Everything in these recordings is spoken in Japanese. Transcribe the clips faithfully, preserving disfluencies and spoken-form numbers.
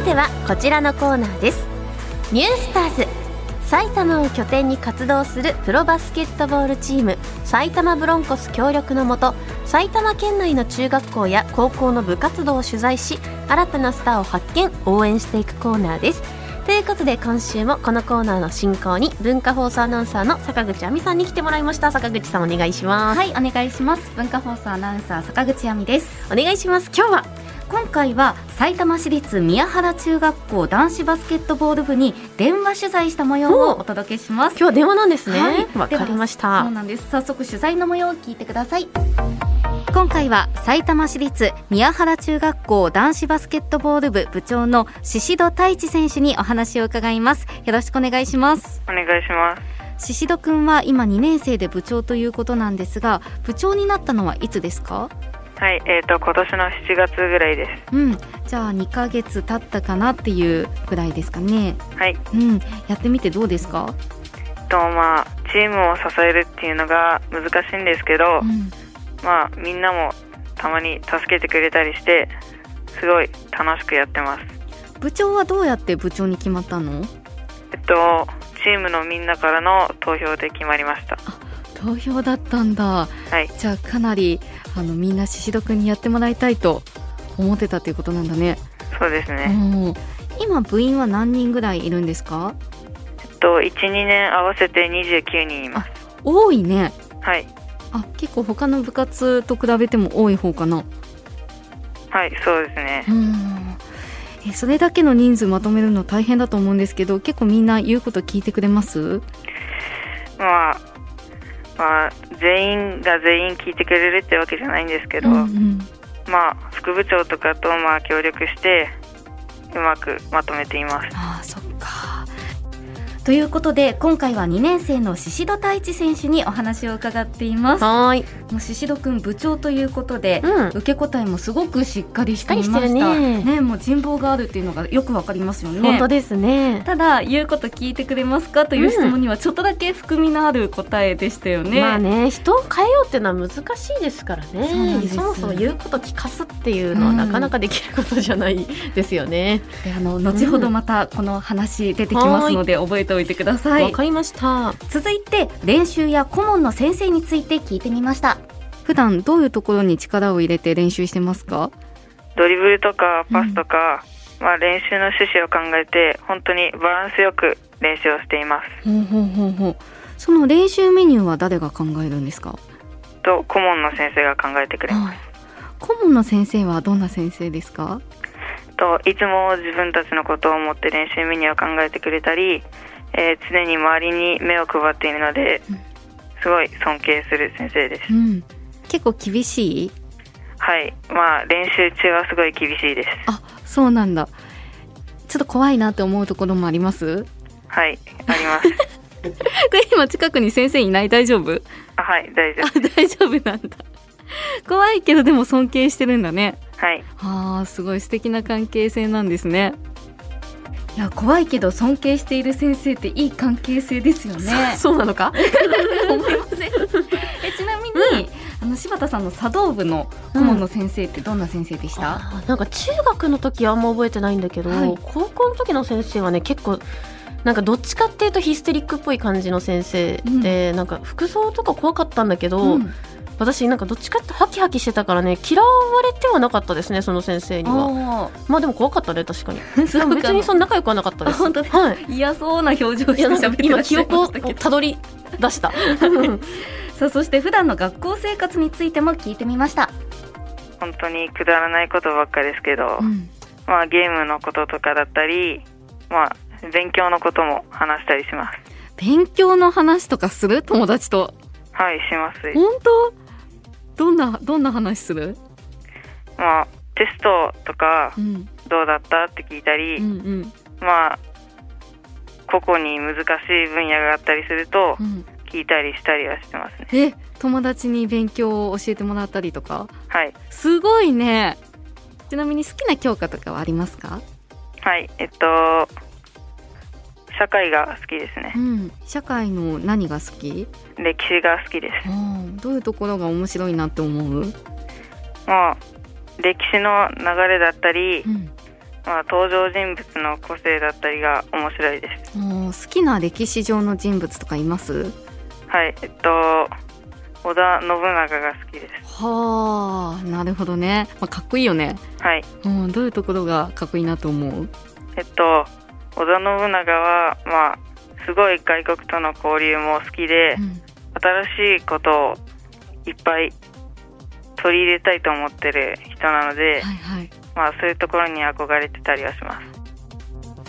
てはこちらのコーナーです。ニュースターズ、埼玉を拠点に活動するプロバスケットボールチーム埼玉ブロンコス協力のもと、埼玉県内の中学校や高校の部活動を取材し、新たなスターを発見応援していくコーナーです。ということで今週もこのコーナーの進行に文化放送アナウンサーの坂口亜美さんに来てもらいました。坂口さんお願いします。 はい、お願いします。文化放送アナウンサー坂口亜美です。 お願いします。今日は今回は埼玉市立宮原中学校男子バスケットボール部に電話取材した模様をお届けします。 今日は電話なんですね。 はい、 わかりました。 そうなんです。早速取材の模様を聞いてください。今回は埼玉市立宮原中学校男子バスケットボール部部長の宍戸太一選手にお話を伺います。よろしくお願いします。 お願いします。 宍戸くんは今にねん生で部長ということなんですが、部長になったのはいつですか？ はい、えーと、今年のしちがつぐらいです。 うん、じゃあにかげつ経ったかなっていうぐらいですかね。 はい、 うん、やってみてどうですか？ とまあ、チームを支えるっていうのが難しいんですけど、うんまあ、みんなもたまに助けてくれたりしてすごい楽しくやってます。 部長はどうやって部長に決まったの？ えっとチームのみんなからの投票で決まりました。 あ、投票だったんだ。はい、じゃあかなりあのみんな宍戸くんにやってもらいたいと思ってたということなんだね。 そうですね。 うん、今部員は何人ぐらいいるんですか？ えっといち、にねん合わせてにじゅうきゅうにんいます。 多いね。 はい。 あ、結構他の部活と比べても多い方かな。 はい、そうですね。 うんえそれだけの人数まとめるの大変だと思うんですけど、結構みんな言うこと聞いてくれます？ まあ、まあ、全員が全員聞いてくれるってわけじゃないんですけど、うんうん、まあ副部長とかとまあ協力してうまくまとめています。 ああ、そっか。ということで今回はにねん生の宍戸太一選手にお話を伺っています。 はい。 もう宍戸くん部長ということで、うん、受け答えもすごくしっかりしていました。 しっかりしてるね。 ね、もう人望があるっていうのがよくわかりますよね。 本当ですね。 ただ言うこと聞いてくれますかという質問にはちょっとだけ含みのある答えでしたよね。 うん、まあね、人を変えようっていうのは難しいですからね。 そうなんです。 そもそも言うこと聞かすっていうのはなかなかできることじゃないですよね。 うん、であの後ほどまたこの話出てきますので覚えておいてください。 わかりました。 続いて練習や顧問の先生について聞いてみました。普段どういうところに力を入れて練習してますか？ ドリブルとかパスとか、うんまあ、練習の趣旨を考えて本当にバランスよく練習をしています。 ほうほうほうほう。その練習メニューは誰が考えるんですか？ と顧問の先生が考えてくれます。 顧問の先生はどんな先生ですか？ といつも自分たちのことを思って練習メニューを考えてくれたり、えー、常に周りに目を配っているので、うん、すごい尊敬する先生です。 うん、結構厳しい？ はい、まあ練習中はすごい厳しいです。 あ、そうなんだ。ちょっと怖いなって思うところもあります？ はい、あります。 で今近くに先生いない？大丈夫？ あ、はい、大丈夫。 あ、大丈夫なんだ。怖いけどでも尊敬してるんだね。 はい。 あー、すごい素敵な関係性なんですね。いや、怖いけど尊敬している先生っていい関係性ですよね。 そ, そうなのか思いません？えちなみに、うん、あの柴田さんの茶道部の顧問の先生ってどんな先生でした？ うん、なんか中学の時はあんま覚えてないんだけど、はい、高校の時の先生はね結構なんかどっちかっていうとヒステリックっぽい感じの先生で、うん、なんか服装とか怖かったんだけど、うん、私なんかどっちかってハキハキしてたからね嫌われてはなかったですね、その先生には。まあでも怖かったね、確かに。でも別にそんな仲良くはなかったです。 本当です、はい、嫌そうな表情して喋ってらっしゃいましたけど、 今記憶をたどり出したさあ、そして普段の学校生活についても聞いてみました。 本当にくだらないことばっかですけど、うん、まあゲームのこととかだったり、まあ勉強のことも話したりします。 勉強の話とかする？友達と。 はい、します。 本当？どんなどんな話する？ まあテストとか、うん、どうだったって聞いたり、うんうん、まあ個々に難しい分野があったりすると、うん、聞いたりしたりはしてますね。 え、友達に勉強を教えてもらったりとか？ はい。 すごいね。ちなみに好きな教科とかはありますか？ はい、えっと社会が好きですね。 うん、社会の何が好き？ 歴史が好きです。 どういうところが面白いなって思う？ まあ歴史の流れだったり、うん、 まあ、登場人物の個性だったりが面白いです。 もう好きな歴史上の人物とかいます？ はい、えっと織田信長が好きです。 はあ、なるほどね、まあ、かっこいいよね。 はい、 うん、どういうところがかっこいいなと思う？ えっと織田信長は、まあ、すごい外国との交流も好きで、うん、新しいことをいっぱい取り入れたいと思ってる人なので、はいはい、まあ、そういうところに憧れてたりはします。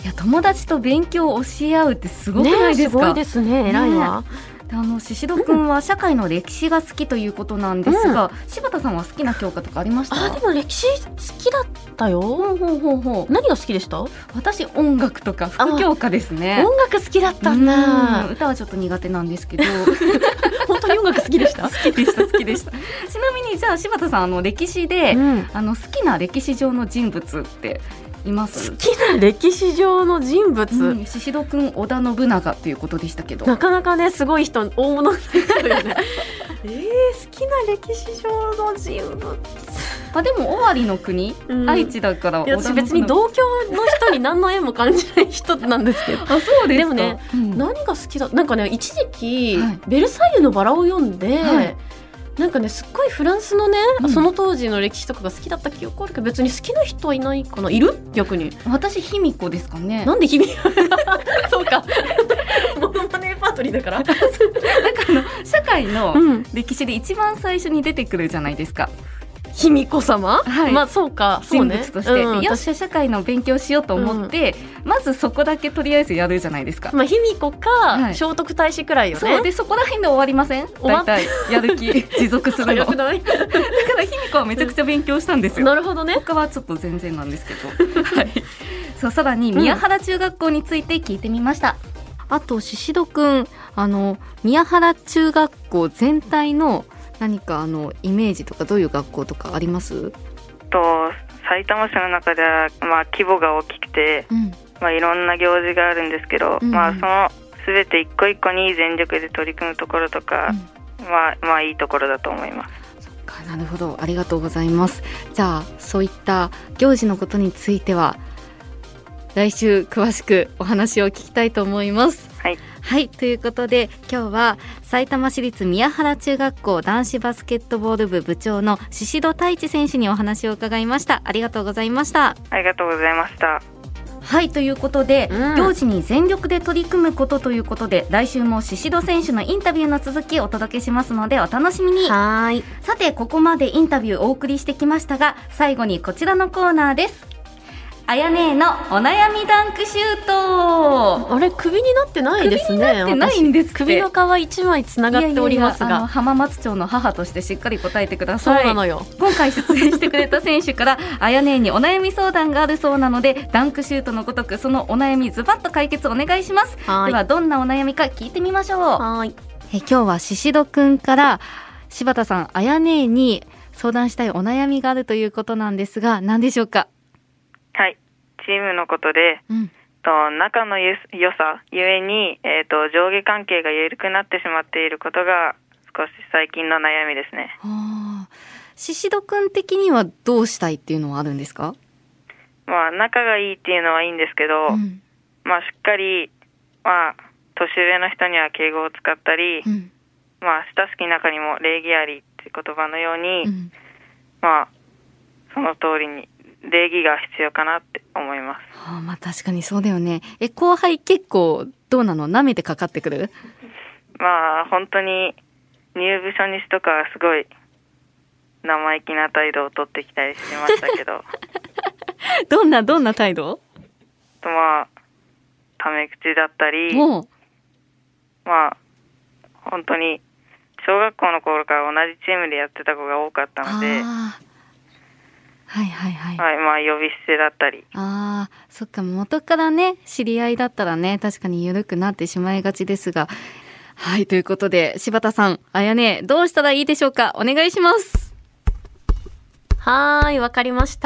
いや、友達と勉強を教え合うってすごくないですか？ね、すごいですね、偉いわ。 あの宍戸くんは社会の歴史が好きということなんですが、うん、柴田さんは好きな教科とかありました？ あ、でも歴史好きだったよ。ほうほうほうほう。何が好きでした？ 私音楽とか副教科ですね。 音楽好きだったんだ。 歌はちょっと苦手なんですけど本当に音楽好きでした？ 好きでした好きでしたちなみにじゃあ柴田さん、あの歴史で、うん、あの好きな歴史上の人物っています？ 好きな歴史上の人物、 うん、宍戸くん織田信長ということでしたけど、 なかなかね、すごい人、大物の人よねえー、好きな歴史上の人物あ、でも尾張の国、うん、愛知だから織田信長。 私別に同郷の人に何の縁も感じない人なんですけどあ、そうですか。 でもね、うん、何が好きだ、なんかね、一時期、はい、ベルサイユのバラを読んで、はい、なんかね、すっごいフランスのね、うん、その当時の歴史とかが好きだった記憶あるけど、別に好きな人はいないかな。いる？逆に私卑弥呼ですかね。 なんで卑弥そうかモノマネパートリーだからなんかあの社会の歴史で一番最初に出てくるじゃないですか、 卑弥呼様、はい、まあそうか、そうね、 人物として、うん、よっしゃ社会の勉強しようと思って、うん、まずそこだけとりあえずやるじゃないですか。 まあ、卑弥呼か、はい、聖徳太子くらいよね。 そうで、そこら辺で終わりません？大体やる気持続するのだから卑弥呼はめちゃくちゃ勉強したんですよ。 なるほどね。 他はちょっと全然なんですけどはい、そう、さらに宮原中学校について聞いてみました、うん、あと宍戸くん、あの宮原中学校全体の何かあのイメージとか、どういう学校とかあります？ と埼玉市の中では、まあ、規模が大きくて、うん、まあ、いろんな行事があるんですけど、うんうん、まあ、その全て一個一個に全力で取り組むところとか、うん、まあ、まあいいところだと思います。 そっか、なるほど、ありがとうございます。じゃあそういった行事のことについては来週詳しくお話を聞きたいと思います。 はいはい、ということで今日は埼玉市立宮原中学校男子バスケットボール部部長の宍戸太一選手にお話を伺いました。ありがとうございました。 ありがとうございました。 はい、ということで、うん、行事に全力で取り組むことということで、来週も宍戸選手のインタビューの続きをお届けしますのでお楽しみに。 はい。 さて、ここまでインタビューをお送りしてきましたが、最後にこちらのコーナーです。あやねーのお悩みダンクシュート。 あれ、首になってないですね。 首になってないんですって。 首の皮一枚つながっておりますが、いやいや、あの浜松町の母としてしっかり答えてください。 そうなのよ。 今回出演してくれた選手からあやねーにお悩み相談があるそうなので、ダンクシュートのごとくそのお悩みズバッと解決お願いします。ではどんなお悩みか聞いてみましょう。 はい。 え今日は宍戸くんから柴田さん、あやねーに相談したいお悩みがあるということなんですが、何でしょうか？ はい、チームのことで、うん、と仲の良さゆえに、えー、と上下関係が緩くなってしまっていることが少し最近の悩みですね。 宍戸くん的にはどうしたいっていうのはあるんですか？ まあ、仲がいいっていうのはいいんですけど、うん、まあ、しっかり、まあ、年上の人には敬語を使ったり、うん、まあ、親しき中にも礼儀ありって言葉のように、うん、まあ、その通りに礼儀が必要かなって思います。 はあ、まあ確かにそうだよね。え、後輩結構どうなの？舐めてかかってくる？ まあ本当に入部初日とかすごい生意気な態度を取ってきたりしましたけどどんなどんな態度？ とまあタメ口だったり、まあ本当に小学校の頃から同じチームでやってた子が多かったので、 はいはいはい、 はい、まあ呼び捨てだったり。 ああ、そっか、元からね知り合いだったらね、確かに緩くなってしまいがちですが、はい、ということで柴田さん、あやね、どうしたらいいでしょうか？お願いします。 はーい、わかりました。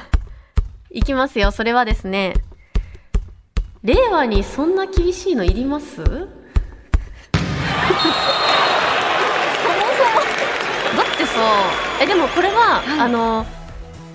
いきますよ。それはですね、令和にそんな厳しいのいります？そもそもだってさ、えでもこれは、はい、あの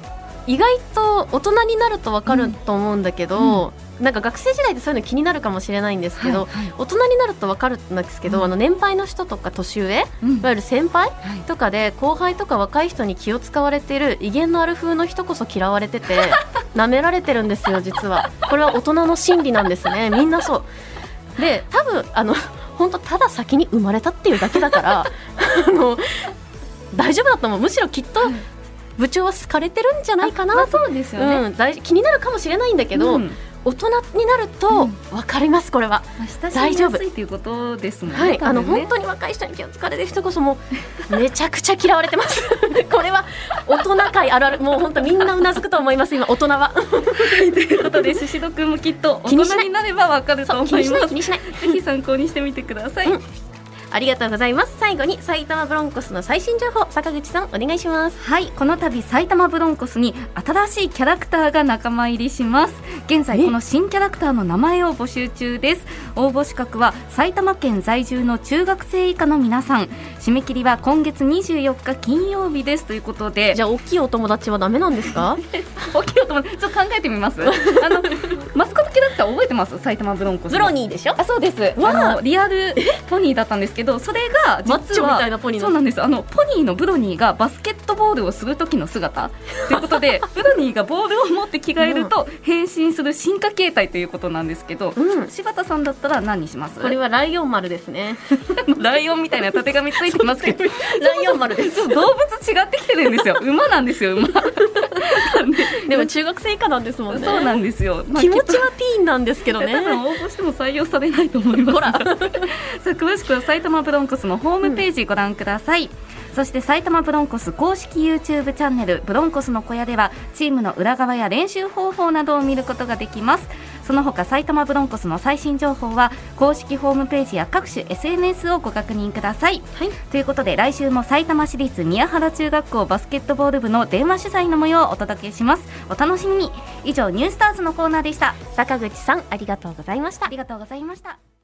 意外と大人になると分かると思うんだけど、うん、なんか学生時代ってそういうの気になるかもしれないんですけど、はいはい、大人になると分かるんですけど、うん、あの年配の人とか年上、うん、いわゆる先輩とかで後輩とか若い人に気を使われている威厳のある風の人こそ嫌われてて舐められてるんですよ。実はこれは大人の心理なんですね。みんなそうで、多分あの本当ただ先に生まれたっていうだけだからあの大丈夫だと思う。むしろきっと部長は好かれてるんじゃないかな。 まあ、そうですよね、 うん、大気になるかもしれないんだけど、うん、大人になると分かります。これは、 まあ、親しみやすいということですもんね。はい、 あの本当に若い人に気を使われてる人こそもうめちゃくちゃ嫌われてますこれは大人界あるある。もう本当みんなうなずくと思います今大人はということで、シシドくんもきっと大人になれば分かると思います。気にしない気にしないぜひ参考にしてみてください、うん、ありがとうございます。最後に埼玉ブロンコスの最新情報、坂口さんお願いします。 はい、この度埼玉ブロンコスに新しいキャラクターが仲間入りします。現在この新キャラクターの名前を募集中です。応募資格は埼玉県在住の中学生以下の皆さん。締め切りは今月にじゅうよっか金曜日ですということで。 じゃあ大きいお友達はダメなんですか大きいお友達ちょっと考えてみますあのマスコットキャラクター覚えてます？埼玉ブロンコスブロニーでしょ。 あ、そうです。あのリアルポニーだったんですけど、それが実はマッチョみたいなポニー。 そうなんです。あのポニーのブロニーがバスケットボールをする時の姿ということでブロニーがボールを持って着替えると変身する進化形態ということなんですけど、うん、柴田さんだったら何にします？ これはライオン丸ですねライオンみたいなたてがみついてますけどライオン丸です。 動物違ってきてるんですよ。馬なんですよ、馬でも中学生以下なんですもんね。 そうなんですよ、 まあ、気持ちはティーンなんですけどね。 多分応募しても採用されないと思いますほらさあ詳しくは埼玉ブロンコスのホームページご覧ください、うん、そして埼玉ブロンコス公式 YouTube チャンネルブロンコスの小屋ではチームの裏側や練習方法などを見ることができます。その他埼玉ブロンコスの最新情報は公式ホームページや各種 エスエヌエス をご確認ください、はい、ということで来週も埼玉市立宮原中学校バスケットボール部の電話取材の模様をお届けします。お楽しみに。以上ニュースターズのコーナーでした。 坂口さんありがとうございました。 ありがとうございました。